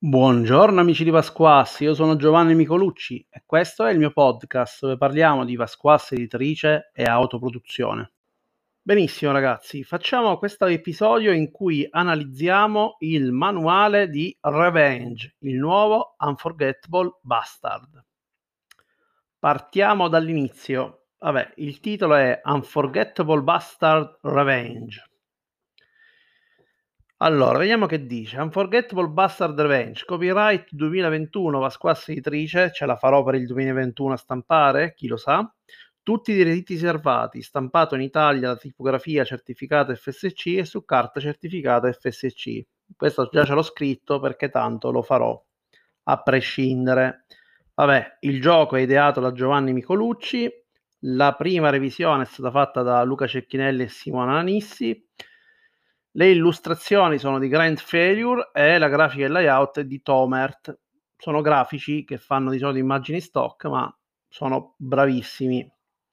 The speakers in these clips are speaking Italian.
Buongiorno amici di Vasquas, io sono Giovanni Micolucci e questo è il mio podcast dove parliamo di Vasquas editrice e autoproduzione. Benissimo ragazzi, facciamo questo episodio in cui analizziamo il manuale di Revenge, il nuovo Unforgettable Bastard. Partiamo dall'inizio. Vabbè, il titolo è Unforgettable Bastard Revenge. Allora, vediamo che dice. Unforgettable Bastard Revenge, copyright 2021, Vasquas editrice, ce la farò per il 2021 a stampare, chi lo sa. Tutti i diritti riservati, stampato in Italia da tipografia certificata FSC e su carta certificata FSC. Questo già ce l'ho scritto perché tanto lo farò, a prescindere. Vabbè, il gioco è ideato da Giovanni Micolucci, la prima revisione è stata fatta da Luca Cecchinelli e Simona Anissi. Le illustrazioni sono di Grand Failure e la grafica e il layout è di Tomert. Sono grafici che fanno di solito immagini stock, ma sono bravissimi.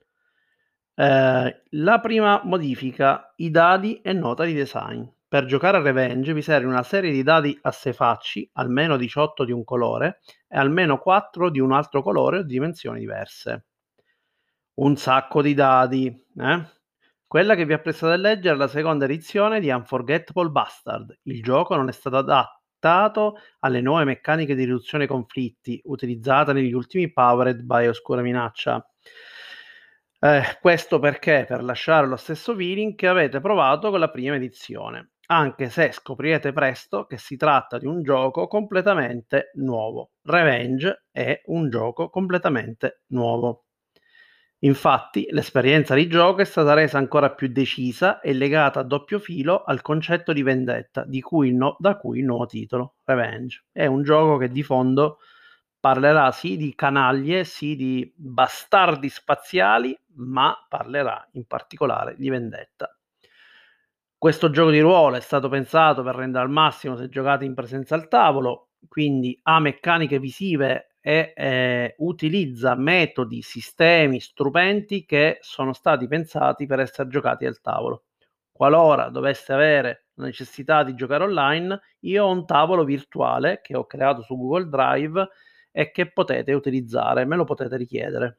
La prima modifica, i dadi e nota di design. Per giocare a Revenge vi serve una serie di dadi a 6 facci, almeno 18 di un colore e almeno 4 di un altro colore o dimensioni diverse. Un sacco di dadi, Quella che vi apprestate a leggere è la seconda edizione di Unforgettable Bastard. Il gioco non è stato adattato alle nuove meccaniche di riduzione ai conflitti utilizzate negli ultimi Powered by Oscura Minaccia. Questo perché? Per lasciare lo stesso feeling che avete provato con la prima edizione, anche se scoprirete presto che si tratta di un gioco completamente nuovo. Revenge è un gioco completamente nuovo. Infatti, l'esperienza di gioco è stata resa ancora più decisa e legata a doppio filo al concetto di vendetta, da cui il nuovo titolo, Revenge. È un gioco che di fondo parlerà sì di canaglie, sì di bastardi spaziali, ma parlerà in particolare di vendetta. Questo gioco di ruolo è stato pensato per rendere al massimo se giocate in presenza al tavolo, quindi ha meccaniche visive e utilizza metodi, sistemi, strumenti che sono stati pensati per essere giocati al tavolo. Qualora doveste avere la necessità di giocare online, io ho un tavolo virtuale che ho creato su Google Drive e che potete utilizzare, me lo potete richiedere.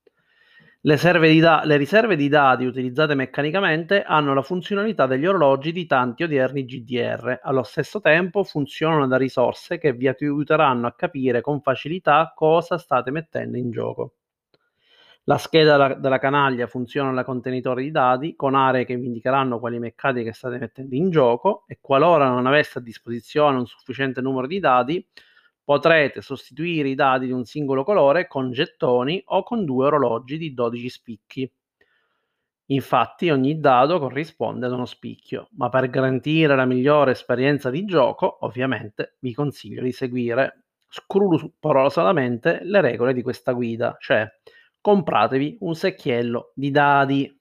Le riserve di dati utilizzate meccanicamente hanno la funzionalità degli orologi di tanti odierni GDR. Allo stesso tempo funzionano da risorse che vi aiuteranno a capire con facilità cosa state mettendo in gioco. La scheda della canaglia funziona da contenitore di dati con aree che vi indicheranno quali meccaniche state mettendo in gioco e qualora non aveste a disposizione un sufficiente numero di dati, potrete sostituire i dadi di un singolo colore con gettoni o con 2 orologi di 12 spicchi. Infatti ogni dado corrisponde ad uno spicchio, ma per garantire la migliore esperienza di gioco, ovviamente vi consiglio di seguire scrupolosamente le regole di questa guida, cioè compratevi un secchiello di dadi.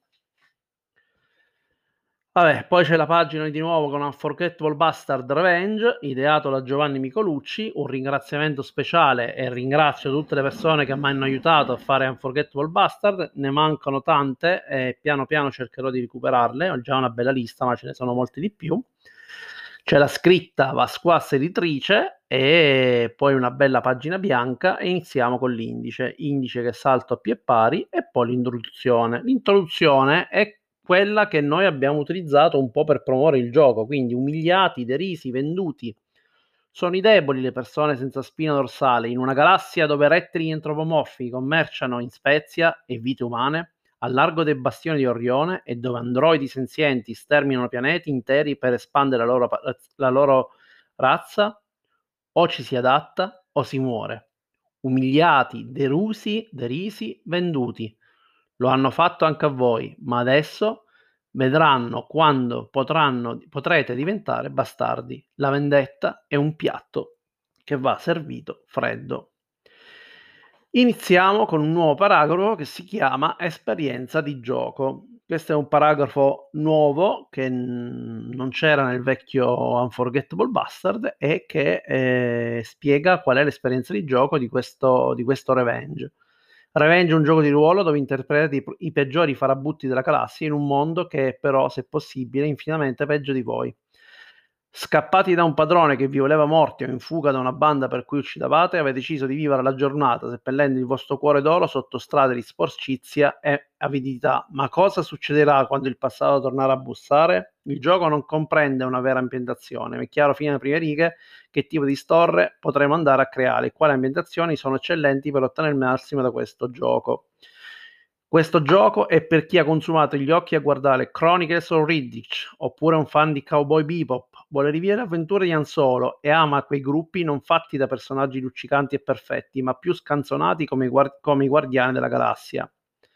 Vabbè, poi c'è la pagina di nuovo con Unforgettable Bastard Revenge, ideato da Giovanni Micolucci. Un ringraziamento speciale e ringrazio tutte le persone che mi hanno aiutato a fare Unforgettable Bastard. Ne mancano tante e piano piano cercherò di recuperarle. Ho già una bella lista, ma ce ne sono molte di più. C'è la scritta Vasquas editrice e poi una bella pagina bianca e iniziamo con l'indice. Indice che salto a piè pari e poi l'introduzione. L'introduzione è quella che noi abbiamo utilizzato un po' per promuovere il gioco, quindi umiliati, derisi, venduti. Sono i deboli le persone senza spina dorsale in una galassia dove rettili antropomorfi commerciano in spezia e vite umane, al largo dei bastioni di Orione e dove androidi senzienti sterminano pianeti interi per espandere la loro razza, o ci si adatta o si muore. Umiliati, delusi, derisi, venduti. Lo hanno fatto anche a voi, ma adesso vedranno quando potrete diventare bastardi. La vendetta è un piatto che va servito freddo. Iniziamo con un nuovo paragrafo che si chiama esperienza di gioco. Questo è un paragrafo nuovo che non c'era nel vecchio Unforgettable Bastard e che spiega qual è l'esperienza di gioco di questo Revenge. Revenge è un gioco di ruolo dove interpretate i peggiori farabutti della galassia in un mondo che è però, se possibile, infinitamente peggio di voi. Scappati da un padrone che vi voleva morti o in fuga da una banda per cui uccidevate, avete deciso di vivere la giornata seppellendo il vostro cuore d'oro sotto strade di sporcizia e avidità. Ma cosa succederà quando il passato tornerà a bussare? Il gioco non comprende una vera ambientazione, ma è chiaro fino alle prime righe che tipo di storie potremo andare a creare e quali ambientazioni sono eccellenti per ottenere il massimo da questo gioco. Questo gioco è per chi ha consumato gli occhi a guardare Chronicles of Riddick, oppure un fan di Cowboy Bebop, vuole rivivere le avventure di Han Solo e ama quei gruppi non fatti da personaggi luccicanti e perfetti, ma più scanzonati come i Guardiani della Galassia.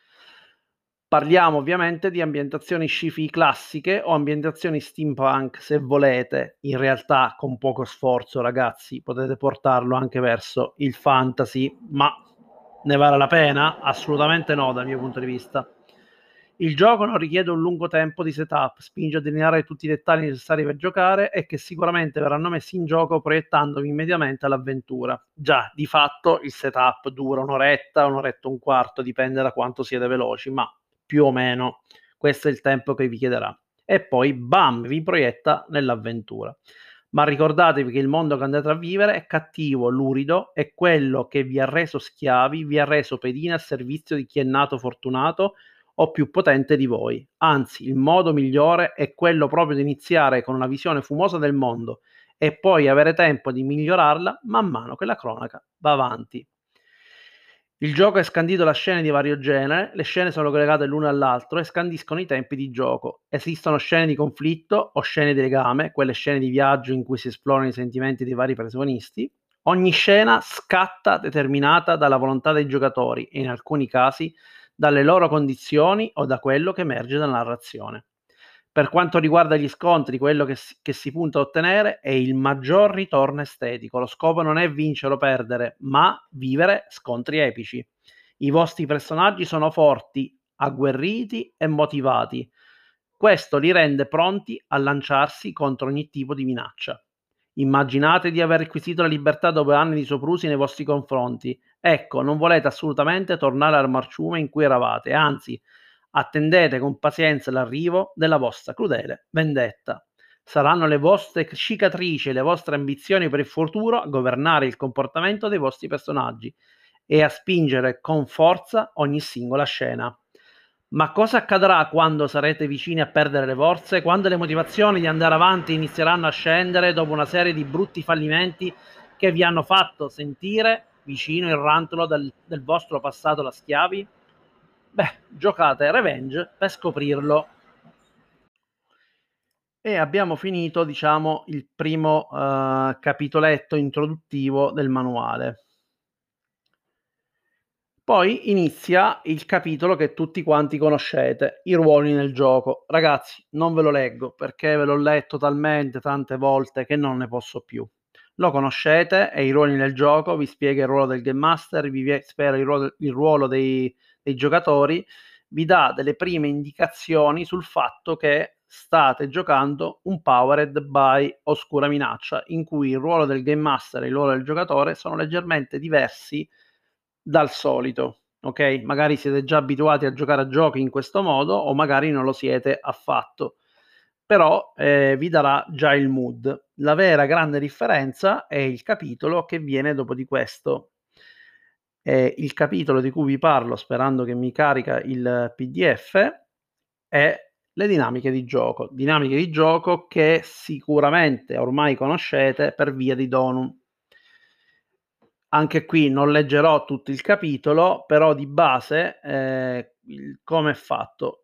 Parliamo ovviamente di ambientazioni sci-fi classiche o ambientazioni steampunk, se volete. In realtà, con poco sforzo, ragazzi, potete portarlo anche verso il fantasy, ma ne vale la pena? Assolutamente no, dal mio punto di vista. Il gioco non richiede un lungo tempo di setup, spinge a delineare tutti i dettagli necessari per giocare e che sicuramente verranno messi in gioco proiettandovi immediatamente all'avventura. Già, di fatto il setup dura un'oretta e un quarto, dipende da quanto siete veloci, ma più o meno questo è il tempo che vi chiederà. E poi, bam, vi proietta nell'avventura. Ma ricordatevi che il mondo che andate a vivere è cattivo, lurido, è quello che vi ha reso schiavi, vi ha reso pedine a servizio di chi è nato fortunato o più potente di voi. Anzi, il modo migliore è quello proprio di iniziare con una visione fumosa del mondo e poi avere tempo di migliorarla man mano che la cronaca va avanti. Il gioco è scandito da scene di vario genere, le scene sono collegate l'una all'altro e scandiscono i tempi di gioco. Esistono scene di conflitto o scene di legame, quelle scene di viaggio in cui si esplorano i sentimenti dei vari protagonisti. Ogni scena scatta determinata dalla volontà dei giocatori e in alcuni casi dalle loro condizioni o da quello che emerge dalla narrazione. Per quanto riguarda gli scontri, quello che si punta a ottenere è il maggior ritorno estetico. Lo scopo non è vincere o perdere, ma vivere scontri epici. I vostri personaggi sono forti, agguerriti e motivati. Questo li rende pronti a lanciarsi contro ogni tipo di minaccia. Immaginate di aver acquisito la libertà dopo anni di soprusi nei vostri confronti. Ecco, non volete assolutamente tornare al marciume in cui eravate, anzi, attendete con pazienza l'arrivo della vostra crudele vendetta. Saranno le vostre cicatrici e le vostre ambizioni per il futuro a governare il comportamento dei vostri personaggi e a spingere con forza ogni singola scena. Ma cosa accadrà quando sarete vicini a perdere le forze? Quando le motivazioni di andare avanti inizieranno a scendere dopo una serie di brutti fallimenti che vi hanno fatto sentire vicino il rantolo del vostro passato da schiavi? Beh, giocate Revenge per scoprirlo. E abbiamo finito, diciamo, il primo capitoletto introduttivo del manuale. Poi inizia il capitolo che tutti quanti conoscete, i ruoli nel gioco. Ragazzi, non ve lo leggo perché ve l'ho letto talmente tante volte che non ne posso più. Lo conoscete, è i ruoli nel gioco, vi spiega il ruolo del Game Master, vi spiega il ruolo dei giocatori, vi dà delle prime indicazioni sul fatto che state giocando un Powered by Oscura Minaccia, in cui il ruolo del Game Master e il ruolo del giocatore sono leggermente diversi dal solito, ok? Magari siete già abituati a giocare a giochi in questo modo o magari non lo siete affatto, però vi darà già il mood. La vera grande differenza è il capitolo che viene dopo di questo. Il capitolo di cui vi parlo, sperando che mi carica il PDF, è le dinamiche di gioco che sicuramente ormai conoscete per via di Donum. Anche qui non leggerò tutto il capitolo, però di base come è fatto?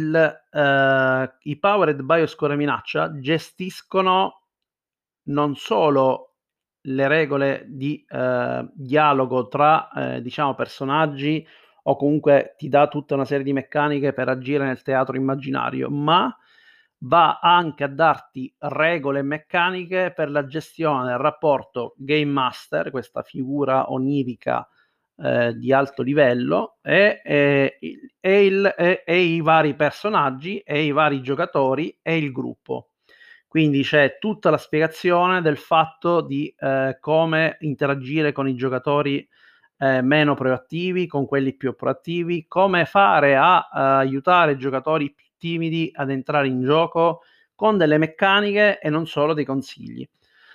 I Powered Bioscore Minaccia gestiscono non solo le regole di dialogo tra diciamo personaggi o comunque ti dà tutta una serie di meccaniche per agire nel teatro immaginario, ma va anche a darti regole e meccaniche per la gestione del rapporto Game Master, questa figura onirica di alto livello, e i vari personaggi e i vari giocatori e il gruppo. Quindi c'è tutta la spiegazione del fatto di come interagire con i giocatori meno proattivi, con quelli più proattivi, come fare a aiutare i giocatori più timidi ad entrare in gioco, con delle meccaniche e non solo dei consigli.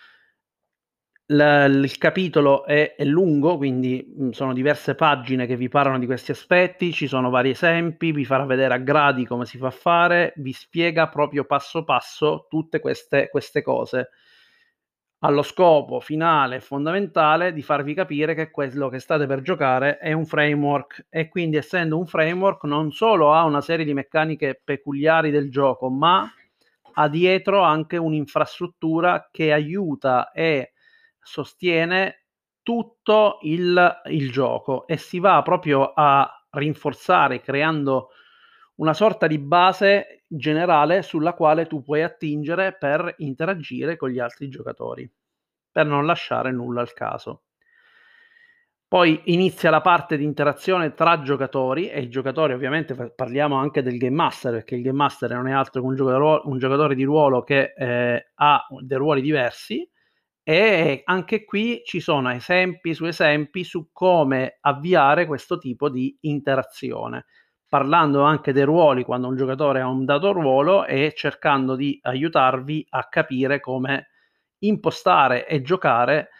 Il capitolo è lungo, quindi sono diverse pagine che vi parlano di questi aspetti, ci sono vari esempi, vi farà vedere a gradi come si fa a fare, vi spiega proprio passo passo tutte queste cose, allo scopo finale e fondamentale di farvi capire che quello che state per giocare è un framework, e quindi, essendo un framework, non solo ha una serie di meccaniche peculiari del gioco, ma ha dietro anche un'infrastruttura che aiuta e sostiene tutto il gioco, e si va proprio a rinforzare creando una sorta di base generale sulla quale tu puoi attingere per interagire con gli altri giocatori, per non lasciare nulla al caso. Poi inizia la parte di interazione tra giocatori, e i giocatori, ovviamente parliamo anche del Game Master, perché il Game Master non è altro che un giocatore di ruolo che ha dei ruoli diversi, e anche qui ci sono esempi su come avviare questo tipo di interazione, parlando anche dei ruoli quando un giocatore ha un dato ruolo, e cercando di aiutarvi a capire come impostare e giocare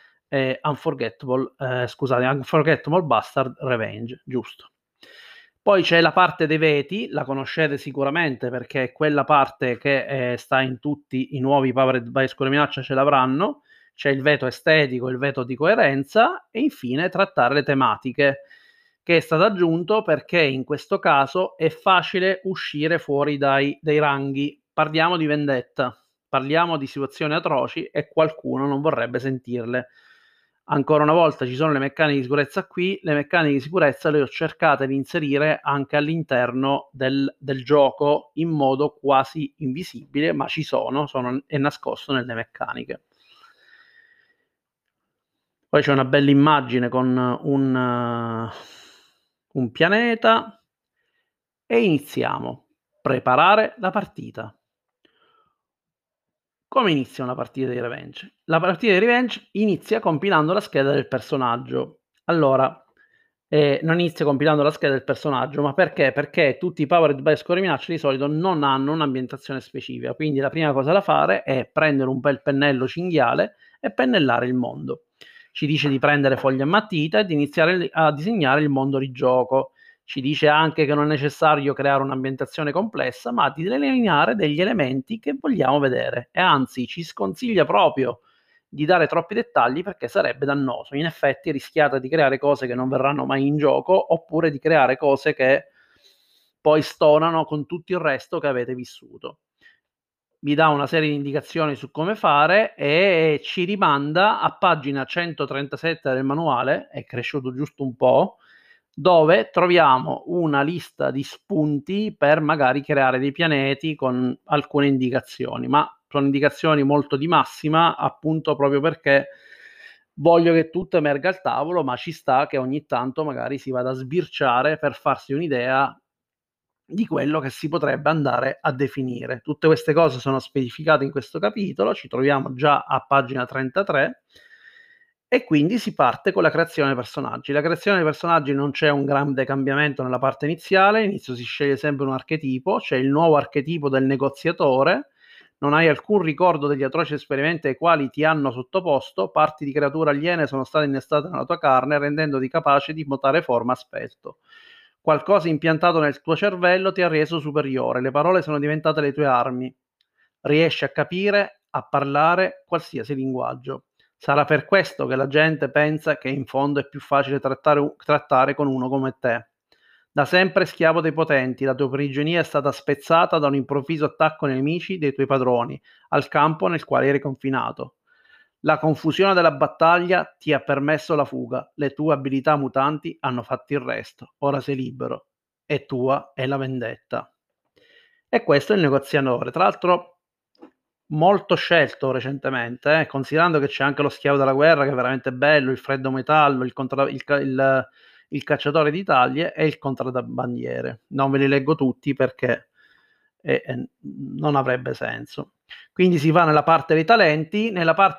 Unforgettable Bastard Revenge, giusto. Poi c'è la parte dei veti, la conoscete sicuramente perché è quella parte che sta in tutti i nuovi Powered by Square Minaccia, ce l'avranno. C'è il veto estetico, il veto di coerenza, e infine trattare le tematiche, che è stato aggiunto perché in questo caso è facile uscire fuori dai ranghi. Parliamo di vendetta, parliamo di situazioni atroci e qualcuno non vorrebbe sentirle. Ancora una volta ci sono le meccaniche di sicurezza qui, le meccaniche di sicurezza le ho cercate di inserire anche all'interno del gioco in modo quasi invisibile, ma ci sono, è nascosto nelle meccaniche. Poi c'è una bella immagine con un pianeta, e iniziamo. Preparare la partita. Come inizia una partita di Revenge? La partita di Revenge inizia compilando la scheda del personaggio. Allora, non inizia compilando la scheda del personaggio, ma perché? Perché tutti i Powered by Square Minaccia di solito non hanno un'ambientazione specifica, quindi la prima cosa da fare è prendere un bel pennello cinghiale e pennellare il mondo. Ci dice di prendere foglia e matita e di iniziare a disegnare il mondo di gioco. Ci dice anche che non è necessario creare un'ambientazione complessa, ma di delineare degli elementi che vogliamo vedere, e anzi ci sconsiglia proprio di dare troppi dettagli perché sarebbe dannoso. In effetti rischiate di creare cose che non verranno mai in gioco, oppure di creare cose che poi stonano con tutto il resto che avete vissuto. Vi dà una serie di indicazioni su come fare e ci rimanda a pagina 137 del manuale, è cresciuto giusto un po', dove troviamo una lista di spunti per magari creare dei pianeti con alcune indicazioni, ma sono indicazioni molto di massima, appunto proprio perché voglio che tutto emerga al tavolo, ma ci sta che ogni tanto magari si vada a sbirciare per farsi un'idea di quello che si potrebbe andare a definire. Tutte queste cose sono specificate in questo capitolo, ci troviamo già a pagina 33, e quindi si parte con la creazione dei personaggi. La creazione dei personaggi non c'è un grande cambiamento nella parte iniziale, all'inizio si sceglie sempre un archetipo, c'è il nuovo archetipo del negoziatore, non hai alcun ricordo degli atroci esperimenti ai quali ti hanno sottoposto, parti di creature aliene sono state innestate nella tua carne, rendendoti capace di mutare forma a spetto. Qualcosa impiantato nel tuo cervello ti ha reso superiore, le parole sono diventate le tue armi. Riesci a capire, a parlare qualsiasi linguaggio. Sarà per questo che la gente pensa che in fondo è più facile trattare con uno come te. Da sempre schiavo dei potenti, la tua prigionia è stata spezzata da un improvviso attacco nemici dei tuoi padroni al campo nel quale eri confinato. La confusione della battaglia ti ha permesso la fuga, le tue abilità mutanti hanno fatto il resto, ora sei libero, e tua è la vendetta. E questo è il negoziatore, tra l'altro molto scelto recentemente, considerando che c'è anche lo schiavo della guerra che è veramente bello, il freddo metallo, il cacciatore di taglie e il contrabbandiere. Non ve li leggo tutti perché non avrebbe senso. Quindi si va nella parte dei talenti,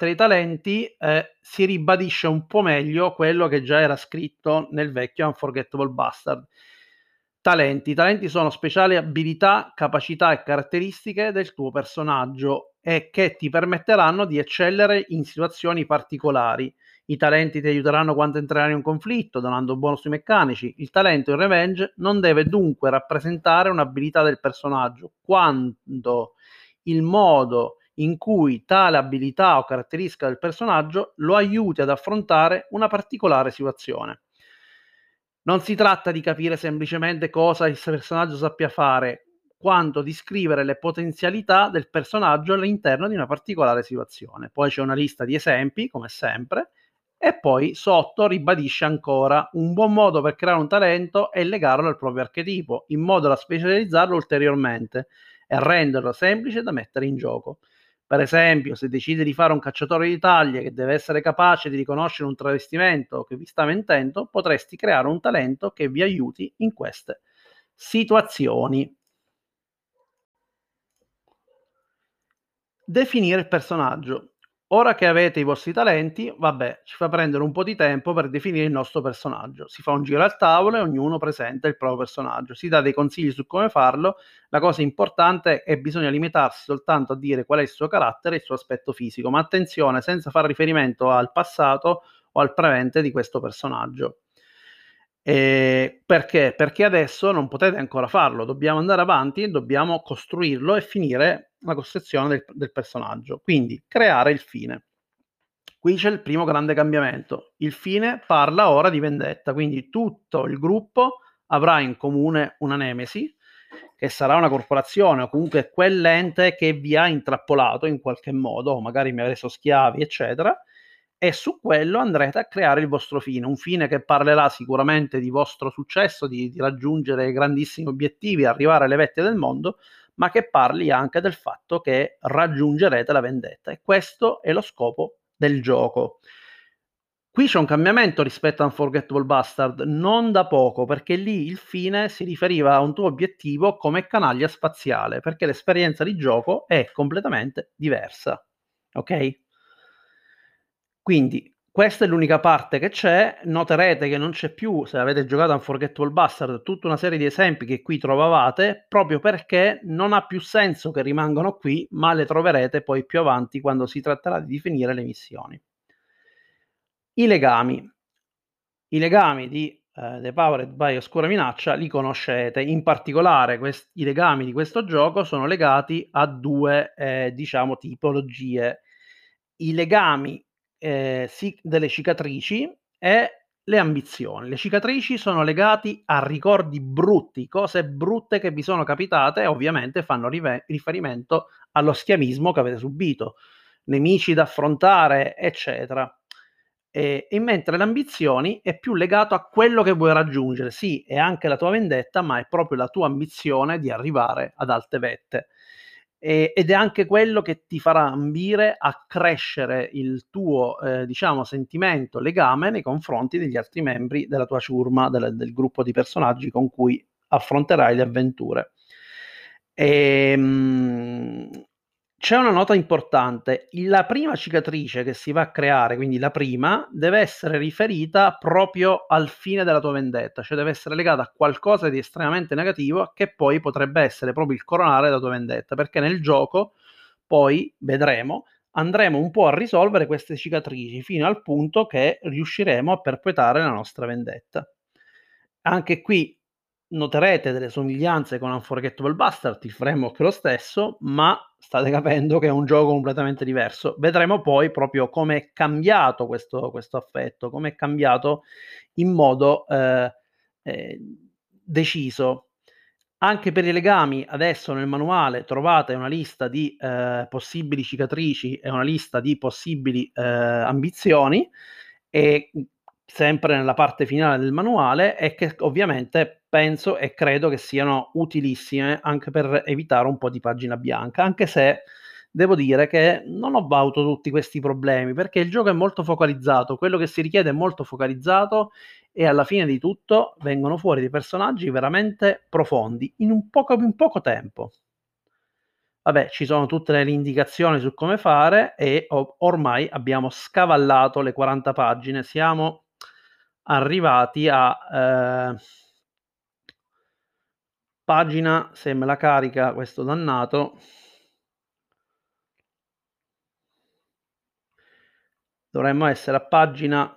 si ribadisce un po' meglio quello che già era scritto nel vecchio Unforgettable Bastard. Talenti. I talenti sono speciali abilità, capacità e caratteristiche del tuo personaggio e che ti permetteranno di eccellere in situazioni particolari. I talenti ti aiuteranno quando entrerai in un conflitto, donando bonus sui meccanici. Il talento in Revenge non deve dunque rappresentare un'abilità del personaggio, quando il modo in cui tale abilità o caratteristica del personaggio lo aiuti ad affrontare una particolare situazione. Non si tratta di capire semplicemente cosa il personaggio sappia fare, quanto di scrivere le potenzialità del personaggio all'interno di una particolare situazione. Poi c'è una lista di esempi, come sempre, e poi sotto ribadisce ancora: un buon modo per creare un talento è legarlo al proprio archetipo, in modo da specializzarlo ulteriormente e renderlo semplice da mettere in gioco. Per esempio, se decidi di fare un cacciatore di taglie che deve essere capace di riconoscere un travestimento che vi sta mentendo, potresti creare un talento che vi aiuti in queste situazioni. Definire il personaggio. Ora che avete i vostri talenti, vabbè, ci fa prendere un po' di tempo per definire il nostro personaggio. Si fa un giro al tavolo e ognuno presenta il proprio personaggio. Si dà dei consigli su come farlo. La cosa importante è che bisogna limitarsi soltanto a dire qual è il suo carattere e il suo aspetto fisico, ma attenzione, senza fare riferimento al passato o al presente di questo personaggio. Perché? Perché adesso non potete ancora farlo, dobbiamo andare avanti e dobbiamo costruirlo e finire la costruzione del personaggio. Quindi creare il fine. Qui c'è il primo grande cambiamento. Il fine parla ora di vendetta, quindi tutto il gruppo avrà in comune una nemesi, che sarà una corporazione o comunque quell'ente che vi ha intrappolato in qualche modo, o magari mi ha reso schiavi, eccetera, e su quello andrete a creare il vostro fine, un fine che parlerà sicuramente di vostro successo, di raggiungere grandissimi obiettivi, arrivare alle vette del mondo, ma che parli anche del fatto che raggiungerete la vendetta. E questo è lo scopo del gioco. Qui c'è un cambiamento rispetto a Unforgettable Bastard, non da poco, perché lì il fine si riferiva a un tuo obiettivo come canaglia spaziale, perché l'esperienza di gioco è completamente diversa. Ok? Quindi questa è l'unica parte che c'è. Noterete che non c'è più, se avete giocato a Unforgettable Bastard, tutta una serie di esempi che qui trovavate, proprio perché non ha più senso che rimangano qui, ma le troverete poi più avanti quando si tratterà di definire le missioni. I legami. I legami di The Powered by Oscura Minaccia li conoscete, in particolare i legami di questo gioco sono legati a due diciamo tipologie: i legami delle cicatrici e le ambizioni. Le cicatrici sono legati a ricordi brutti, cose brutte che vi sono capitate e ovviamente fanno riferimento allo schiavismo che avete subito, nemici da affrontare, eccetera. E mentre le ambizioni è più legato a quello che vuoi raggiungere. Sì, è anche la tua vendetta, ma è proprio la tua ambizione di arrivare ad alte vette. Ed è anche quello che ti farà ambire a crescere il tuo, diciamo, sentimento, legame nei confronti degli altri membri della tua ciurma, del gruppo di personaggi con cui affronterai le avventure. Ehm, C'è una nota importante: la prima cicatrice che si va a creare, quindi la prima, deve essere riferita proprio al fine della tua vendetta, cioè deve essere legata a qualcosa di estremamente negativo che poi potrebbe essere proprio il coronare della tua vendetta, perché nel gioco poi vedremo, andremo un po' a risolvere queste cicatrici fino al punto che riusciremo a perpetrare la nostra vendetta. Anche qui noterete delle somiglianze con Unforgettable Bastard, il framework è lo stesso, ma state capendo che è un gioco completamente diverso. Vedremo poi proprio come è cambiato questo affetto, come è cambiato in modo deciso. Anche per i legami, adesso nel manuale trovate una lista di possibili cicatrici e una lista di possibili ambizioni, e sempre nella parte finale del manuale, e che ovviamente penso e credo che siano utilissime anche per evitare un po' di pagina bianca, anche se devo dire che non ho avuto tutti questi problemi, perché il gioco è molto focalizzato, quello che si richiede è molto focalizzato e alla fine di tutto vengono fuori dei personaggi veramente profondi in poco tempo. Vabbè, ci sono tutte le indicazioni su come fare e ormai abbiamo scavallato le 40 pagine, siamo arrivati a Pagina, se me la carica questo dannato, dovremmo essere a pagina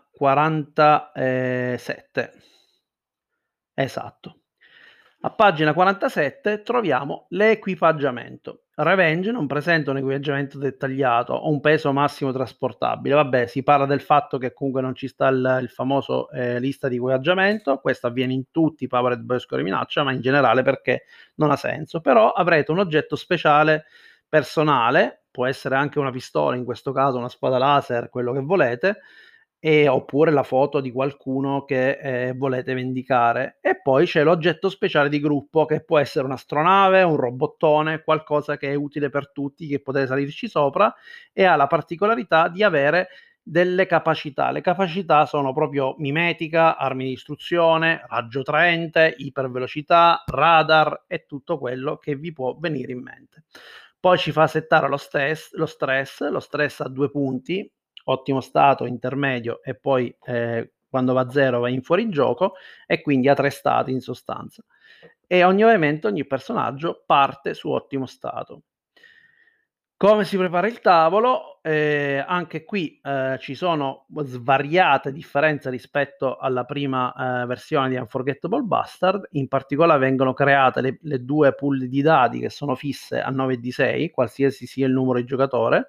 47. Esatto. A pagina 47 troviamo l'equipaggiamento. Revenge non presenta un equipaggiamento dettagliato o un peso massimo trasportabile. Vabbè, si parla del fatto che comunque non ci sta il famoso lista di equipaggiamento. Questo avviene in tutti i Powered by Score Minaccia, ma in generale perché non ha senso. Però avrete un oggetto speciale personale, può essere anche una pistola, in questo caso una spada laser, quello che volete, oppure la foto di qualcuno che volete vendicare. E poi c'è l'oggetto speciale di gruppo, che può essere un'astronave, un robottone, qualcosa che è utile per tutti, che potete salirci sopra, e ha la particolarità di avere delle capacità. Le capacità sono proprio mimetica, armi di distruzione, raggio traente, ipervelocità, radar e tutto quello che vi può venire in mente. Poi ci fa settare lo stress a 2 punti, ottimo stato, intermedio e poi quando va a 0 va in fuorigioco, e quindi ha 3 stati in sostanza. E ovviamente ogni personaggio parte su ottimo stato. Come si prepara il tavolo? Anche qui ci sono svariate differenze rispetto alla prima versione di Unforgettable Bastard. In particolare vengono create le 2 pool di dadi che sono fisse a 9 di 6, qualsiasi sia il numero di giocatore.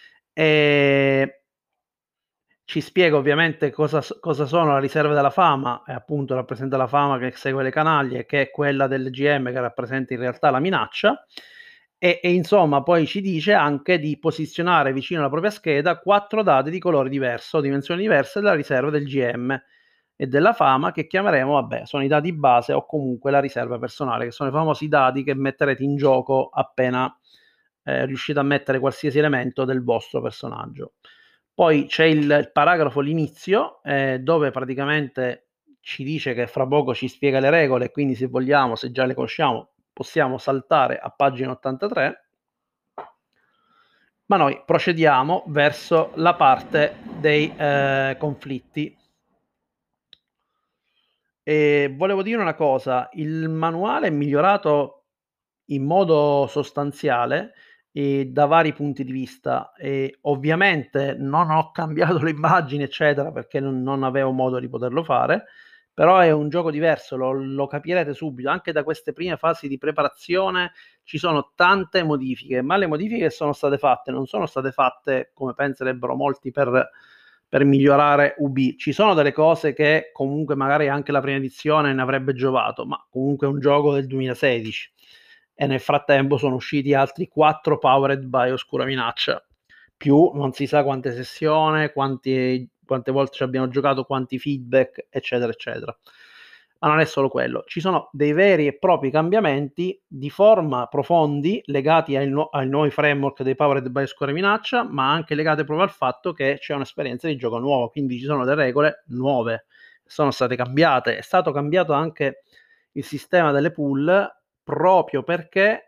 Ci spiega ovviamente cosa sono la riserva della fama, e appunto rappresenta la fama che segue le canaglie, che è quella del GM che rappresenta in realtà la minaccia. E insomma poi ci dice anche di posizionare vicino alla propria scheda 4 dadi di colore diverso, dimensioni diverse della riserva del GM e della fama, che chiameremo, vabbè, sono i dadi base o comunque la riserva personale, che sono i famosi dadi che metterete in gioco appena riuscite a mettere qualsiasi elemento del vostro personaggio. Poi c'è il paragrafo, l'inizio, dove praticamente ci dice che fra poco ci spiega le regole, quindi se vogliamo, se già le conosciamo, possiamo saltare a pagina 83, ma noi procediamo verso la parte dei conflitti. E volevo dire una cosa, il manuale è migliorato in modo sostanziale da vari punti di vista, e ovviamente non ho cambiato le immagini eccetera perché non avevo modo di poterlo fare, però è un gioco diverso, lo capirete subito. Anche da queste prime fasi di preparazione ci sono tante modifiche, ma le modifiche che sono state fatte non sono state fatte come penserebbero molti per migliorare UB. Ci sono delle cose che comunque magari anche la prima edizione ne avrebbe giovato, ma comunque è un gioco del 2016 e nel frattempo sono usciti altri 4 Powered by Oscura Minaccia, più non si sa quante sessioni, quante volte ci abbiamo giocato, quanti feedback, eccetera, eccetera. Ma non è solo quello, ci sono dei veri e propri cambiamenti di forma profondi legati ai nuovi framework dei Powered by Square Minaccia, ma anche legati proprio al fatto che c'è un'esperienza di gioco nuova, quindi ci sono delle regole nuove, sono state cambiate. È stato cambiato anche il sistema delle pool, proprio perché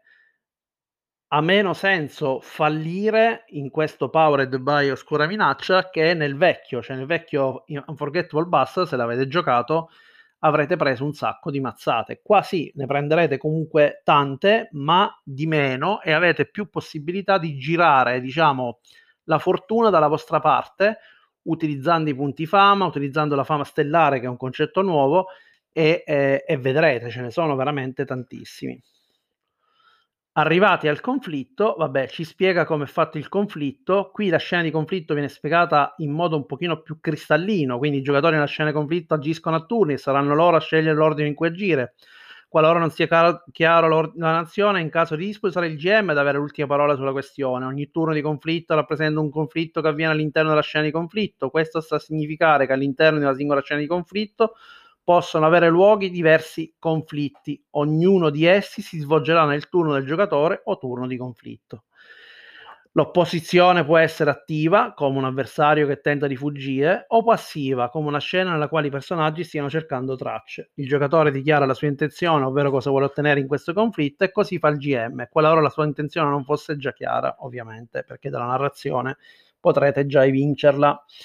ha meno senso fallire in questo Powered by Oscura Minaccia che nel vecchio, cioè nel vecchio Unforgettable Busters, se l'avete giocato, avrete preso un sacco di mazzate. Qua sì, ne prenderete comunque tante, ma di meno, e avete più possibilità di girare, diciamo, la fortuna dalla vostra parte, utilizzando i punti fama, utilizzando la fama stellare, che è un concetto nuovo, e vedrete, ce ne sono veramente tantissimi. Arrivati al conflitto, vabbè, ci spiega come è fatto il conflitto. Qui la scena di conflitto viene spiegata in modo un pochino più cristallino, quindi i giocatori nella scena di conflitto agiscono a turni, saranno loro a scegliere l'ordine in cui agire. Qualora non sia chiaro la nazione, in caso di disputa sarà il GM ad avere l'ultima parola sulla questione. Ogni turno di conflitto rappresenta un conflitto che avviene all'interno della scena di conflitto. Questo sta a significare che all'interno di una singola scena di conflitto possono avere luoghi diversi conflitti. Ognuno di essi si svolgerà nel turno del giocatore o turno di conflitto. L'opposizione può essere attiva, come un avversario che tenta di fuggire, o passiva, come una scena nella quale i personaggi stiano cercando tracce. Il giocatore dichiara la sua intenzione, ovvero cosa vuole ottenere in questo conflitto, e così fa il GM, qualora la sua intenzione non fosse già chiara, ovviamente, perché dalla narrazione potrete già evincerla.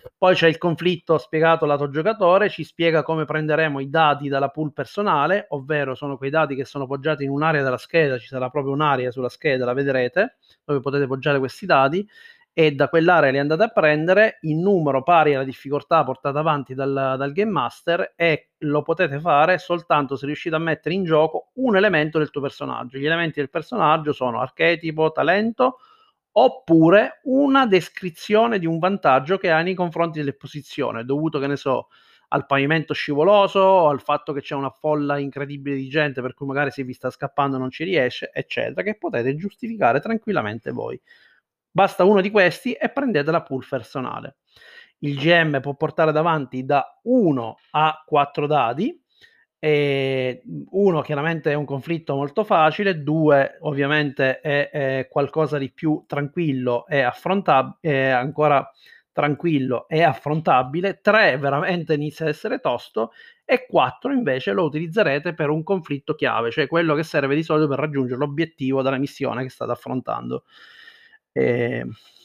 Poi c'è il conflitto spiegato lato giocatore, ci spiega come prenderemo i dati dalla pool personale, ovvero sono quei dati che sono poggiati in un'area della scheda, ci sarà proprio un'area sulla scheda, la vedrete, dove potete poggiare questi dati, e da quell'area li andate a prendere in numero pari alla difficoltà portata avanti dal Game Master, e lo potete fare soltanto se riuscite a mettere in gioco un elemento del tuo personaggio. Gli elementi del personaggio sono archetipo, talento, oppure una descrizione di un vantaggio che hai nei confronti dell'esposizione, dovuto, che ne so, al pavimento scivoloso o al fatto che c'è una folla incredibile di gente per cui magari se vi sta scappando non ci riesce, eccetera, che potete giustificare tranquillamente voi. Basta uno di questi e prendete la pool personale. Il GM può portare davanti da 1 a 4 dadi. E uno chiaramente è un conflitto molto facile, 2 ovviamente è qualcosa di più tranquillo e affrontabile, ancora tranquillo e affrontabile, 3 veramente inizia ad essere tosto, e 4 invece lo utilizzerete per un conflitto chiave, cioè quello che serve di solito per raggiungere l'obiettivo della missione che state affrontando. Eh,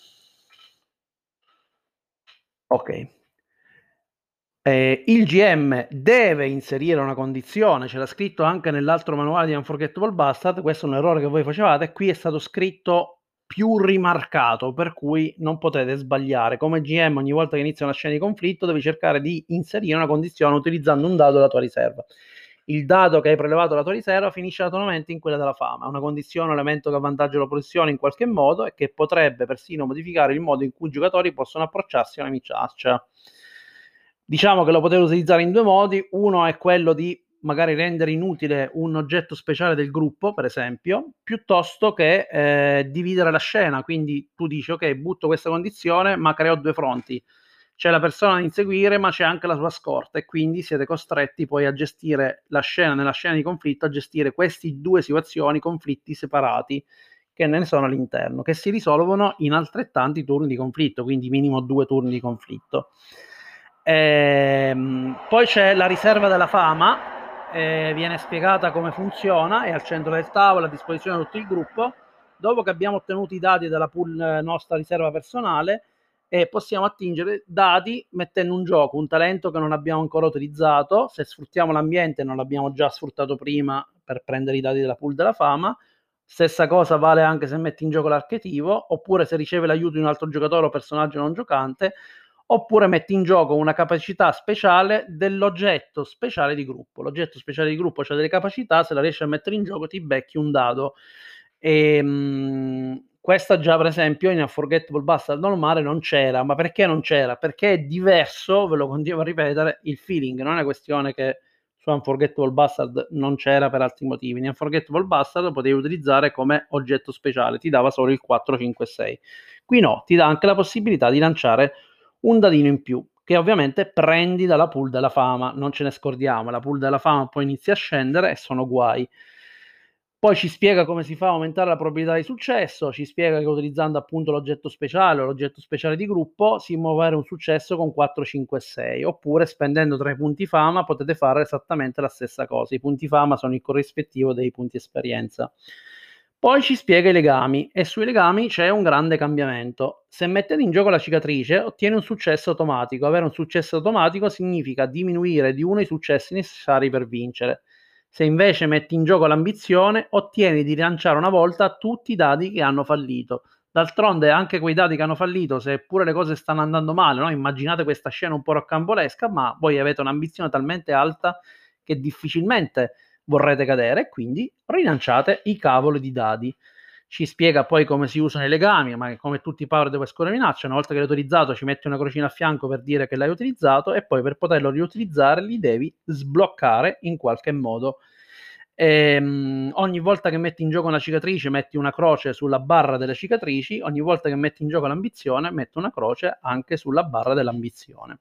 ok. Il GM deve inserire una condizione, c'era scritto anche nell'altro manuale di Unforgettable Bastard, questo è un errore che voi facevate, qui è stato scritto più rimarcato, per cui non potete sbagliare. Come GM ogni volta che inizia una scena di conflitto devi cercare di inserire una condizione utilizzando un dado della tua riserva. Il dado che hai prelevato dalla tua riserva finisce automaticamente in quella della fama, è una condizione, un elemento che avvantaggia la posizione in qualche modo e che potrebbe persino modificare il modo in cui i giocatori possono approcciarsi a una minaccia. Diciamo che lo potete utilizzare in due modi: uno è quello di magari rendere inutile un oggetto speciale del gruppo, per esempio, piuttosto che dividere la scena. Quindi tu dici: ok, butto questa condizione, ma creo due fronti. C'è la persona da inseguire, ma c'è anche la sua scorta, e quindi siete costretti poi a gestire la scena, nella scena di conflitto, a gestire queste due situazioni, conflitti separati che ne sono all'interno, che si risolvono in altrettanti turni di conflitto, quindi minimo 2 turni di conflitto. Poi c'è la riserva della fama, viene spiegata come funziona, è al centro del tavolo, a disposizione di tutto il gruppo. Dopo che abbiamo ottenuto i dati dalla pool nostra riserva personale, possiamo attingere dati mettendo in gioco un talento che non abbiamo ancora utilizzato. Se sfruttiamo l'ambiente non l'abbiamo già sfruttato prima per prendere i dati della pool della fama. Stessa cosa vale anche se metti in gioco l'archetivo, oppure se riceve l'aiuto di un altro giocatore o personaggio non giocante, oppure metti in gioco una capacità speciale dell'oggetto speciale di gruppo. L'oggetto speciale di gruppo ha delle capacità, se la riesci a mettere in gioco ti becchi un dado. Questa già per esempio in Unforgettable Bastard normale non c'era. Ma perché non c'era? Perché è diverso, ve lo continuo a ripetere, il feeling. Non è una questione che su Unforgettable Bastard non c'era per altri motivi. In Unforgettable Bastard lo potevi utilizzare come oggetto speciale, ti dava solo il 4, 5, 6. Qui no, ti dà anche la possibilità di lanciare un dadino in più, che ovviamente prendi dalla pool della fama, non ce ne scordiamo, la pool della fama poi inizia a scendere e sono guai. Poi ci spiega come si fa a aumentare la probabilità di successo, ci spiega che utilizzando appunto l'oggetto speciale o l'oggetto speciale di gruppo si può avere un successo con 4, 5 e 6, oppure spendendo 3 punti fama potete fare esattamente la stessa cosa. I punti fama sono il corrispettivo dei punti esperienza. Poi ci spiega i legami, e sui legami c'è un grande cambiamento. Se mettete in gioco la cicatrice ottieni un successo automatico. Avere un successo automatico significa diminuire di uno i successi necessari per vincere. Se invece metti in gioco l'ambizione, ottieni di rilanciare una volta tutti i dadi che hanno fallito. D'altronde anche quei dadi che hanno fallito, seppure le cose stanno andando male, no? Immaginate questa scena un po' roccambolesca, ma voi avete un'ambizione talmente alta che difficilmente vorrete cadere, e quindi rilanciate i cavoli di dadi. Ci spiega poi come si usano i legami, ma come tutti i power di Square minaccia, una volta che l'hai utilizzato ci metti una crocina a fianco per dire che l'hai utilizzato, e poi per poterlo riutilizzare li devi sbloccare in qualche modo. Ogni volta che metti in gioco una cicatrice metti una croce sulla barra delle cicatrici, ogni volta che metti in gioco l'ambizione metti una croce anche sulla barra dell'ambizione.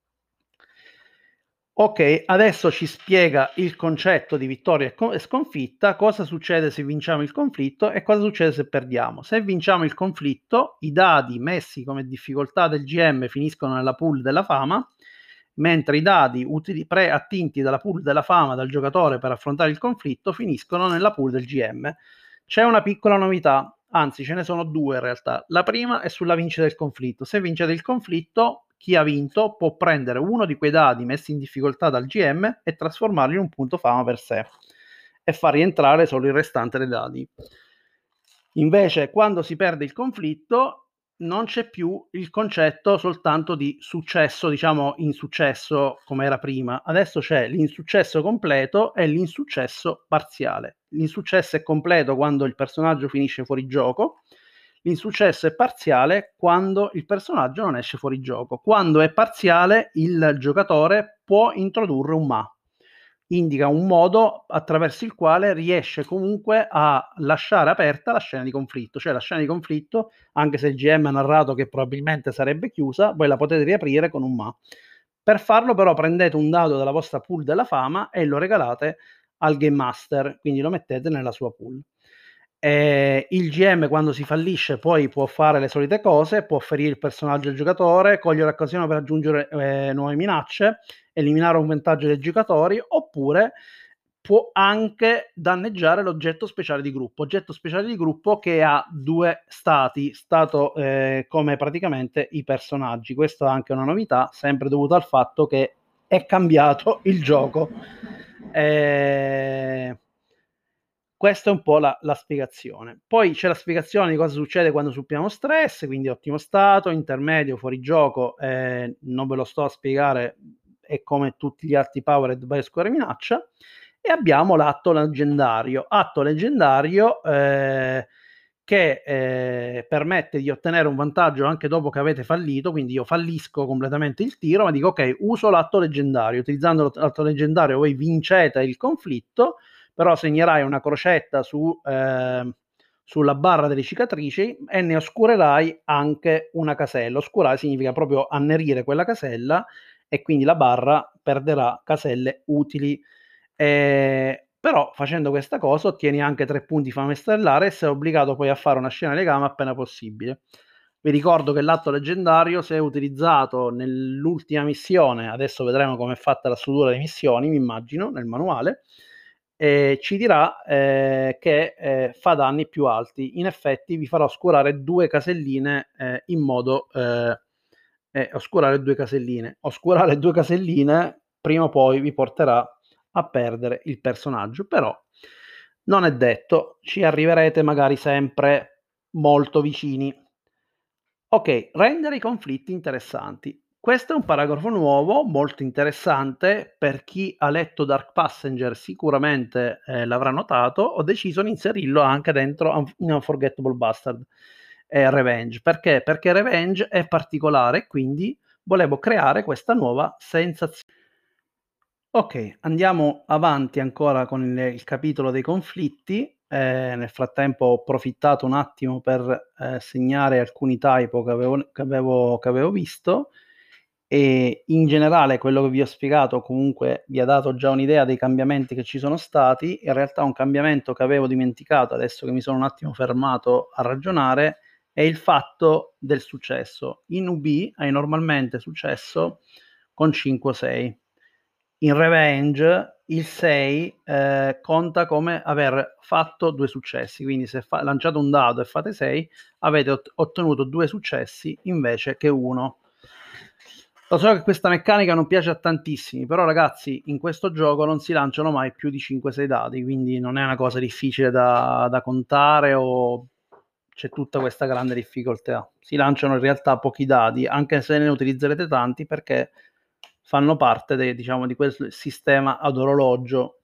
Ok, adesso ci spiega il concetto di vittoria e sconfitta, cosa succede se vinciamo il conflitto e cosa succede se perdiamo. Se vinciamo il conflitto, i dadi messi come difficoltà del GM finiscono nella pool della fama, mentre i dadi preattinti dalla pool della fama dal giocatore per affrontare il conflitto finiscono nella pool del GM. C'è una piccola novità, anzi ce ne sono due in realtà. La prima è sulla vincita del conflitto. Se vincete il conflitto, Chi ha vinto può prendere uno di quei dadi messi in difficoltà dal GM e trasformarlo in un punto fama per sé e far rientrare solo il restante dei dadi. Invece, quando si perde il conflitto, non c'è più il concetto soltanto di successo, diciamo insuccesso come era prima. Adesso c'è l'insuccesso completo e l'insuccesso parziale. L'insuccesso è completo quando il personaggio finisce fuori gioco, l'insuccesso è parziale quando il personaggio non esce fuori gioco. Quando è parziale, il giocatore può introdurre un ma. Indica un modo attraverso il quale riesce comunque a lasciare aperta la scena di conflitto, cioè la scena di conflitto, anche se il GM ha narrato che probabilmente sarebbe chiusa, voi la potete riaprire con un ma. Per farlo però prendete un dado dalla vostra pool della fama e lo regalate al Game Master, quindi lo mettete nella sua pool. Il GM quando si fallisce poi può fare le solite cose, può ferire il personaggio del giocatore, cogliere l'occasione per aggiungere nuove minacce, eliminare un vantaggio dei giocatori, oppure può anche danneggiare l'oggetto speciale di gruppo. Oggetto speciale di gruppo che ha due stati, stato come praticamente i personaggi. Questa è anche una novità, sempre dovuta al fatto che è cambiato il gioco. Questa è un po' la spiegazione. Poi c'è la spiegazione di cosa succede quando suppiamo stress, quindi ottimo stato, intermedio, fuori gioco, non ve lo sto a spiegare, è come tutti gli altri powered by Square Minaccia. E abbiamo l'atto leggendario. Atto leggendario che permette di ottenere un vantaggio anche dopo che avete fallito, quindi io fallisco completamente il tiro, ma dico ok, uso l'atto leggendario. Utilizzando l'atto leggendario voi vincete il conflitto, però segnerai una crocetta sulla barra delle cicatrici e ne oscurerai anche una casella. Oscurare significa proprio annerire quella casella e quindi la barra perderà caselle utili. Però facendo questa cosa ottieni anche 3 punti fame stellare e sei obbligato poi a fare una scena legame appena possibile. Vi ricordo che l'atto leggendario, se utilizzato nell'ultima missione, adesso vedremo come è fatta la struttura delle missioni, mi immagino, nel manuale, ci dirà che fa danni più alti. In effetti vi farà oscurare 2 caselline in modo oscurare 2 caselline. Oscurare 2 caselline prima o poi vi porterà a perdere il personaggio, però non è detto, ci arriverete magari sempre molto vicini. Ok, rendere i conflitti interessanti. Questo è un paragrafo nuovo, molto interessante. Per chi ha letto Dark Passenger sicuramente l'avrà notato. Ho deciso di inserirlo anche dentro in Unforgettable Bastard Revenge. Perché? Perché Revenge è particolare, quindi volevo creare questa nuova sensazione. Ok, andiamo avanti ancora con il capitolo dei conflitti. Nel frattempo ho approfittato un attimo per segnare alcuni typo che avevo visto e in generale quello che vi ho spiegato comunque vi ha dato già un'idea dei cambiamenti che ci sono stati. In realtà un cambiamento che avevo dimenticato, adesso che mi sono un attimo fermato a ragionare, è il fatto del successo. In UB hai normalmente successo con 5 o 6. In Revenge il 6 conta come aver fatto 2 successi, quindi se lanciate un dado e fate 6 avete ottenuto 2 successi invece che 1. Lo so che questa meccanica non piace a tantissimi, però ragazzi in questo gioco non si lanciano mai più di 5-6 dadi, quindi non è una cosa difficile da contare o c'è tutta questa grande difficoltà. Si lanciano in realtà pochi dadi, anche se ne utilizzerete tanti perché fanno parte diciamo, di quel sistema ad orologio.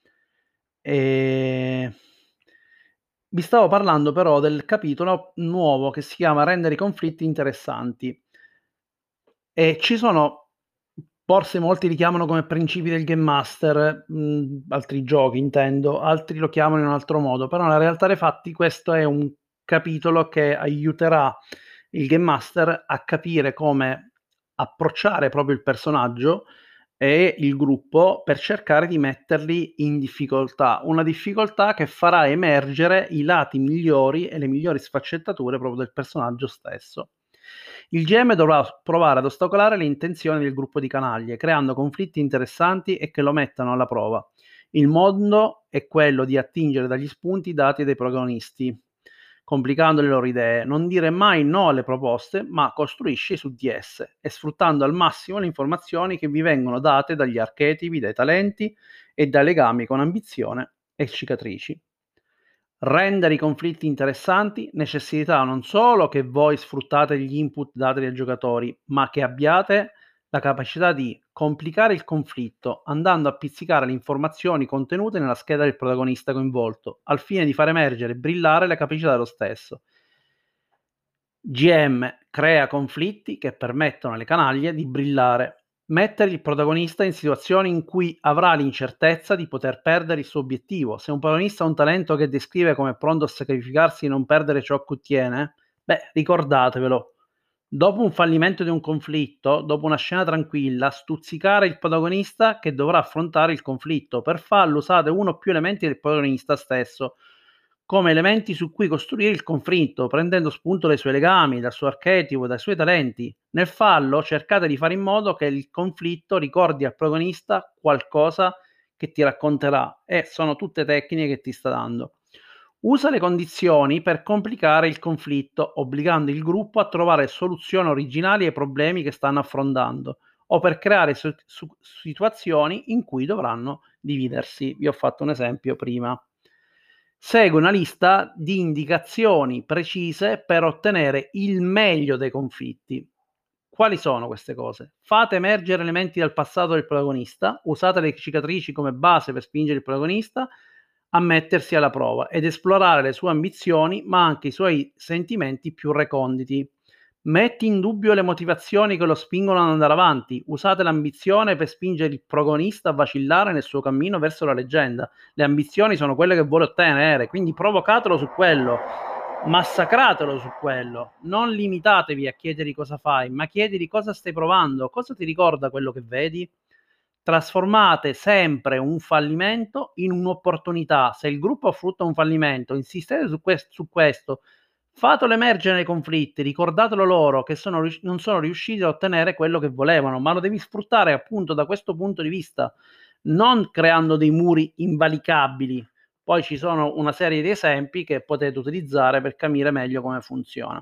Vi stavo parlando però del capitolo nuovo che si chiama Rendere i conflitti interessanti. E ci sono, forse molti li chiamano come principi del Game Master, altri giochi intendo, altri lo chiamano in un altro modo, però nella realtà dei fatti questo è un capitolo che aiuterà il Game Master a capire come approcciare proprio il personaggio e il gruppo per cercare di metterli in difficoltà, una difficoltà che farà emergere i lati migliori e le migliori sfaccettature proprio del personaggio stesso. Il GM dovrà provare ad ostacolare le intenzioni del gruppo di canaglie, creando conflitti interessanti e che lo mettano alla prova. Il mondo è quello di attingere dagli spunti dati dai protagonisti. complicando le loro idee. Non dire mai no alle proposte, ma costruisci su di esse e sfruttando al massimo le informazioni che vi vengono date dagli archetipi, dai talenti e dai legami con ambizione e cicatrici. Rendere i conflitti interessanti necessita non solo che voi sfruttate gli input dati dai giocatori, ma che abbiate la capacità di complicare il conflitto andando a pizzicare le informazioni contenute nella scheda del protagonista coinvolto, al fine di far emergere e brillare le capacità dello stesso. GM crea conflitti che permettono alle canaglie di brillare. Mettere il protagonista in situazioni in cui avrà l'incertezza di poter perdere il suo obiettivo. Se un protagonista ha un talento che descrive come pronto a sacrificarsi e non perdere ciò che ottiene, ricordatevelo. Dopo un fallimento di un conflitto, dopo una scena tranquilla, stuzzicare il protagonista che dovrà affrontare il conflitto. Per farlo usate uno o più elementi del protagonista stesso come elementi su cui costruire il conflitto, prendendo spunto dai suoi legami, dal suo archetipo, dai suoi talenti. Nel farlo, cercate di fare in modo che il conflitto ricordi al protagonista qualcosa che ti racconterà e sono tutte tecniche che ti sta dando. Usa le condizioni per complicare il conflitto, obbligando il gruppo a trovare soluzioni originali ai problemi che stanno affrontando o per creare situazioni in cui dovranno dividersi. Vi ho fatto un esempio prima. Segue una lista di indicazioni precise per ottenere il meglio dei conflitti. Quali sono queste cose? Fate emergere elementi del passato del protagonista, usate le cicatrici come base per spingere il protagonista a mettersi alla prova ed esplorare le sue ambizioni, ma anche i suoi sentimenti più reconditi. Metti in dubbio le motivazioni che lo spingono ad andare avanti. Usate l'ambizione per spingere il protagonista a vacillare nel suo cammino verso la leggenda. Le ambizioni sono quelle che vuole ottenere, quindi provocatelo su quello, massacratelo su quello. Non limitatevi a chiedergli cosa fai, ma chiedili cosa stai provando, cosa ti ricorda quello che vedi. Trasformate sempre un fallimento in un'opportunità. Se il gruppo affronta un fallimento, insistete su questo. Fatelo emergere nei conflitti, ricordatelo loro che non sono riusciti a ottenere quello che volevano, ma lo devi sfruttare appunto da questo punto di vista, non creando dei muri invalicabili. Poi ci sono una serie di esempi che potete utilizzare per capire meglio come funziona.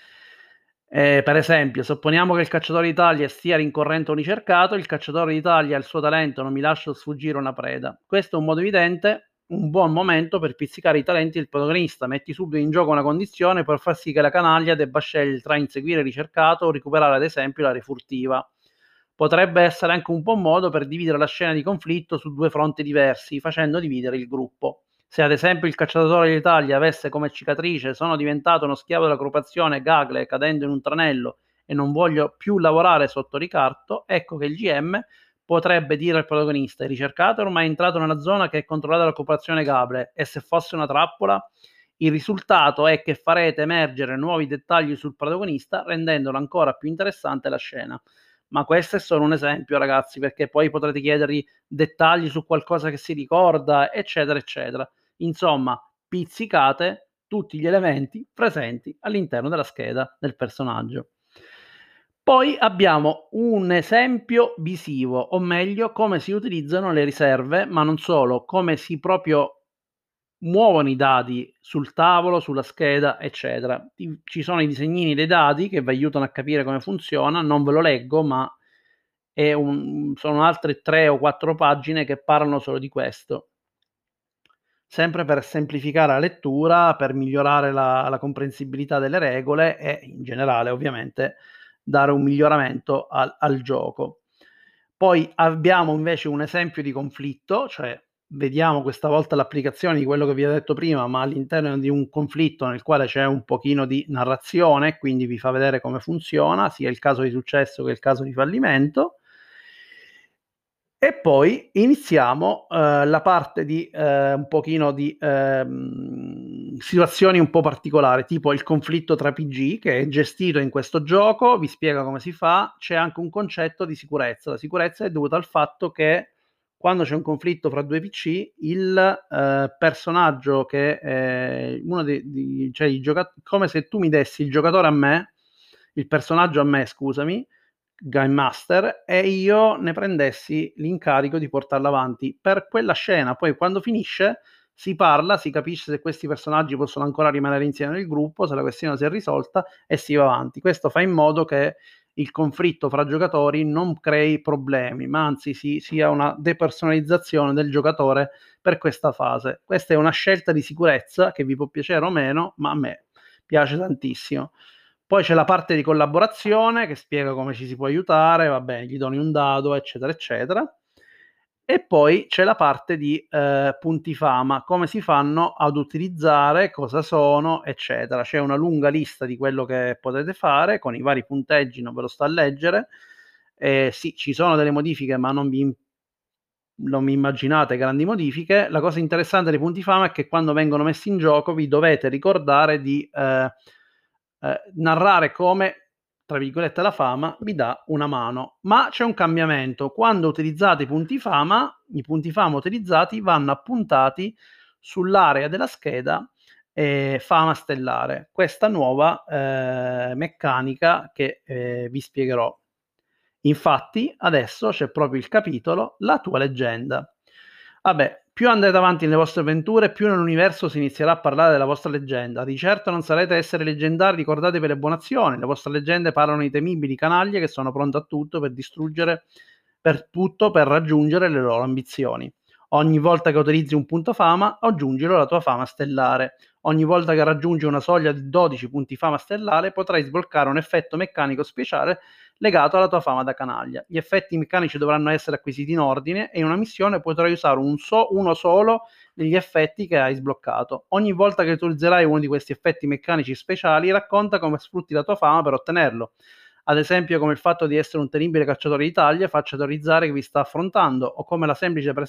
Per esempio, supponiamo che il cacciatore d'Italia stia rincorrendo un ricercato, il cacciatore d'Italia ha il suo talento, non mi lascio sfuggire una preda. Questo è un modo evidente, un buon momento per pizzicare i talenti del protagonista. Metti subito in gioco una condizione per far sì che la canaglia debba scegliere tra inseguire il ricercato o recuperare ad esempio la refurtiva. Potrebbe essere anche un buon modo per dividere la scena di conflitto su due fronti diversi, facendo dividere il gruppo. Se ad esempio il cacciatore d'Italia avesse come cicatrice sono diventato uno schiavo dell'occupazione Gagle cadendo in un tranello e non voglio più lavorare sotto ricatto, ecco che il GM potrebbe dire al protagonista: il ricercato è ormai entrato nella zona che è controllata dall'occupazione Gagle e se fosse una trappola il risultato è che farete emergere nuovi dettagli sul protagonista rendendolo ancora più interessante la scena. Ma questo è solo un esempio, ragazzi, perché poi potrete chiedergli dettagli su qualcosa che si ricorda, eccetera, eccetera. Insomma, pizzicate tutti gli elementi presenti all'interno della scheda del personaggio. Poi abbiamo un esempio visivo, o meglio, come si utilizzano le riserve, ma non solo, come si proprio muovono i dati sul tavolo, sulla scheda, eccetera. Ci sono i disegnini dei dati che vi aiutano a capire come funziona, non ve lo leggo, ma sono altre 3 o 4 pagine che parlano solo di questo. Sempre per semplificare la lettura, per migliorare la comprensibilità delle regole e in generale ovviamente dare un miglioramento al gioco. Poi abbiamo invece un esempio di conflitto, cioè vediamo questa volta l'applicazione di quello che vi ho detto prima, ma all'interno di un conflitto nel quale c'è un pochino di narrazione, quindi vi fa vedere come funziona, sia il caso di successo che il caso di fallimento. E poi iniziamo la parte di un pochino di situazioni un po' particolari, tipo il conflitto tra PG che è gestito in questo gioco, vi spiega come si fa, c'è anche un concetto di sicurezza. La sicurezza è dovuta al fatto che quando c'è un conflitto fra due PC, il personaggio che è uno cioè come se tu mi dessi il giocatore a me, il personaggio a me, scusami, Game Master, e io ne prendessi l'incarico di portarla avanti per quella scena. Poi quando finisce si parla, si capisce se questi personaggi possono ancora rimanere insieme nel gruppo, se la questione si è risolta e si va avanti. Questo fa in modo che il conflitto fra giocatori non crei problemi, ma anzi sia una depersonalizzazione del giocatore per questa fase. Questa è una scelta di sicurezza che vi può piacere o meno, ma a me piace tantissimo. Poi c'è la parte di collaborazione che spiega come ci si può aiutare, va bene, gli doni un dado, eccetera, eccetera. E poi c'è la parte di punti fama, come si fanno ad utilizzare, cosa sono, eccetera. C'è una lunga lista di quello che potete fare con i vari punteggi, non ve lo sto a leggere. Sì, ci sono delle modifiche, ma non vi immaginate grandi modifiche. La cosa interessante dei punti fama è che quando vengono messi in gioco vi dovete ricordare di narrare come, tra virgolette, la fama vi dà una mano. Ma c'è un cambiamento: quando utilizzate i punti fama utilizzati vanno appuntati sull'area della scheda fama stellare. Questa nuova meccanica che vi spiegherò. Infatti, adesso c'è proprio il capitolo La tua leggenda. Vabbè, più andrete avanti nelle vostre avventure, più nell'universo si inizierà a parlare della vostra leggenda. Di certo non sarete essere leggendari, ricordate per le buone azioni. Le vostre leggende parlano di temibili canaglie che sono pronte a tutto per distruggere per tutto per raggiungere le loro ambizioni. Ogni volta che utilizzi un punto fama, aggiungilo alla tua fama stellare. Ogni volta che raggiungi una soglia di 12 punti fama stellare, potrai sbloccare un effetto meccanico speciale legato alla tua fama da canaglia. Gli effetti meccanici dovranno essere acquisiti in ordine e in una missione potrai usare uno solo degli effetti che hai sbloccato. Ogni volta che utilizzerai uno di questi effetti meccanici speciali, racconta come sfrutti la tua fama per ottenerlo. Ad esempio, come il fatto di essere un terribile cacciatore di taglie faccia teorizzare che vi sta affrontando, o come la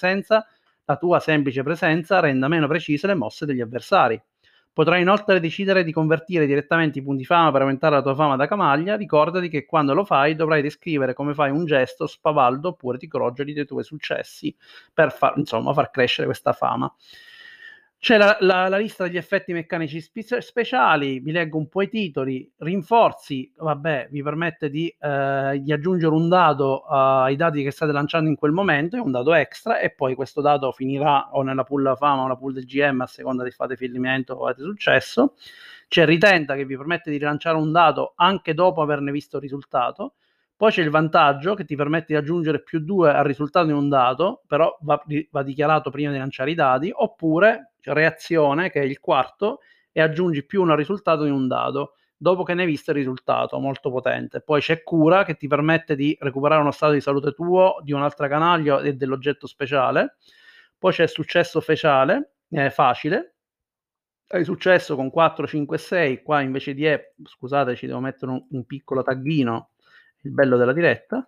tua semplice presenza renda meno precise le mosse degli avversari. Potrai inoltre decidere di convertire direttamente i punti fama per aumentare la tua fama da canaglia. Ricordati che quando lo fai dovrai descrivere come fai un gesto spavaldo oppure ti crogeli dei tuoi successi per far crescere questa fama. C'è la lista degli effetti meccanici speciali, vi leggo un po' i titoli. Rinforzi, vabbè, vi permette di aggiungere un dado ai dati che state lanciando in quel momento, è un dado extra, e poi questo dado finirà o nella pool fama o nella pool del GM a seconda se fate fallimento o avete successo. C'è Ritenta che vi permette di rilanciare un dado anche dopo averne visto il risultato. Poi c'è il vantaggio che ti permette di aggiungere +2 al risultato di un dato, però va dichiarato prima di lanciare i dadi, oppure reazione, che è il quarto, e aggiungi +1 al risultato di un dado, dopo che ne hai visto il risultato, molto potente. Poi c'è cura, che ti permette di recuperare uno stato di salute tuo, di un'altra canaglia e dell'oggetto speciale. Poi c'è successo facile, hai successo con 4, 5, 6, qua invece di scusate, ci devo mettere un piccolo taggino, il bello della diretta.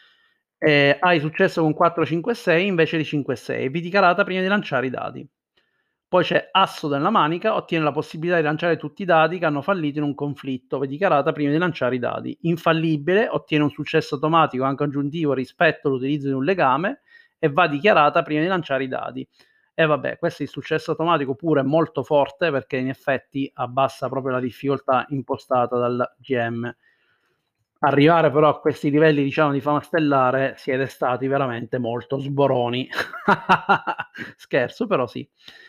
Hai successo con 4, 5, 6 invece di 5 e 6, vi dichiarata prima di lanciare i dadi. Poi c'è Asso della manica, ottiene la possibilità di lanciare tutti i dadi che hanno fallito in un conflitto, vi dichiarata prima di lanciare i dadi. Infallibile, ottiene un successo automatico anche aggiuntivo rispetto all'utilizzo di un legame e va dichiarata prima di lanciare i dadi. E vabbè, questo è il successo automatico pure molto forte, perché in effetti abbassa proprio la difficoltà impostata dal GM. Arrivare però a questi livelli, diciamo, di fama stellare siete stati veramente molto sboroni. Scherzo, però sì.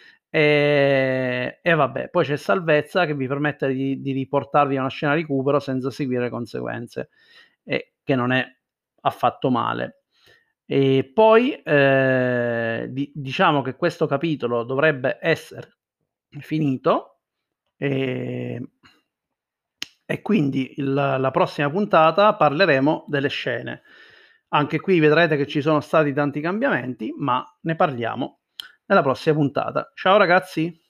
E vabbè, poi c'è salvezza che vi permette di riportarvi a una scena recupero senza seguire le conseguenze, e che non è affatto male. E poi diciamo che questo capitolo dovrebbe essere finito, e quindi la prossima puntata parleremo delle scene. Anche qui vedrete che ci sono stati tanti cambiamenti, ma ne parliamo nella prossima puntata. Ciao ragazzi!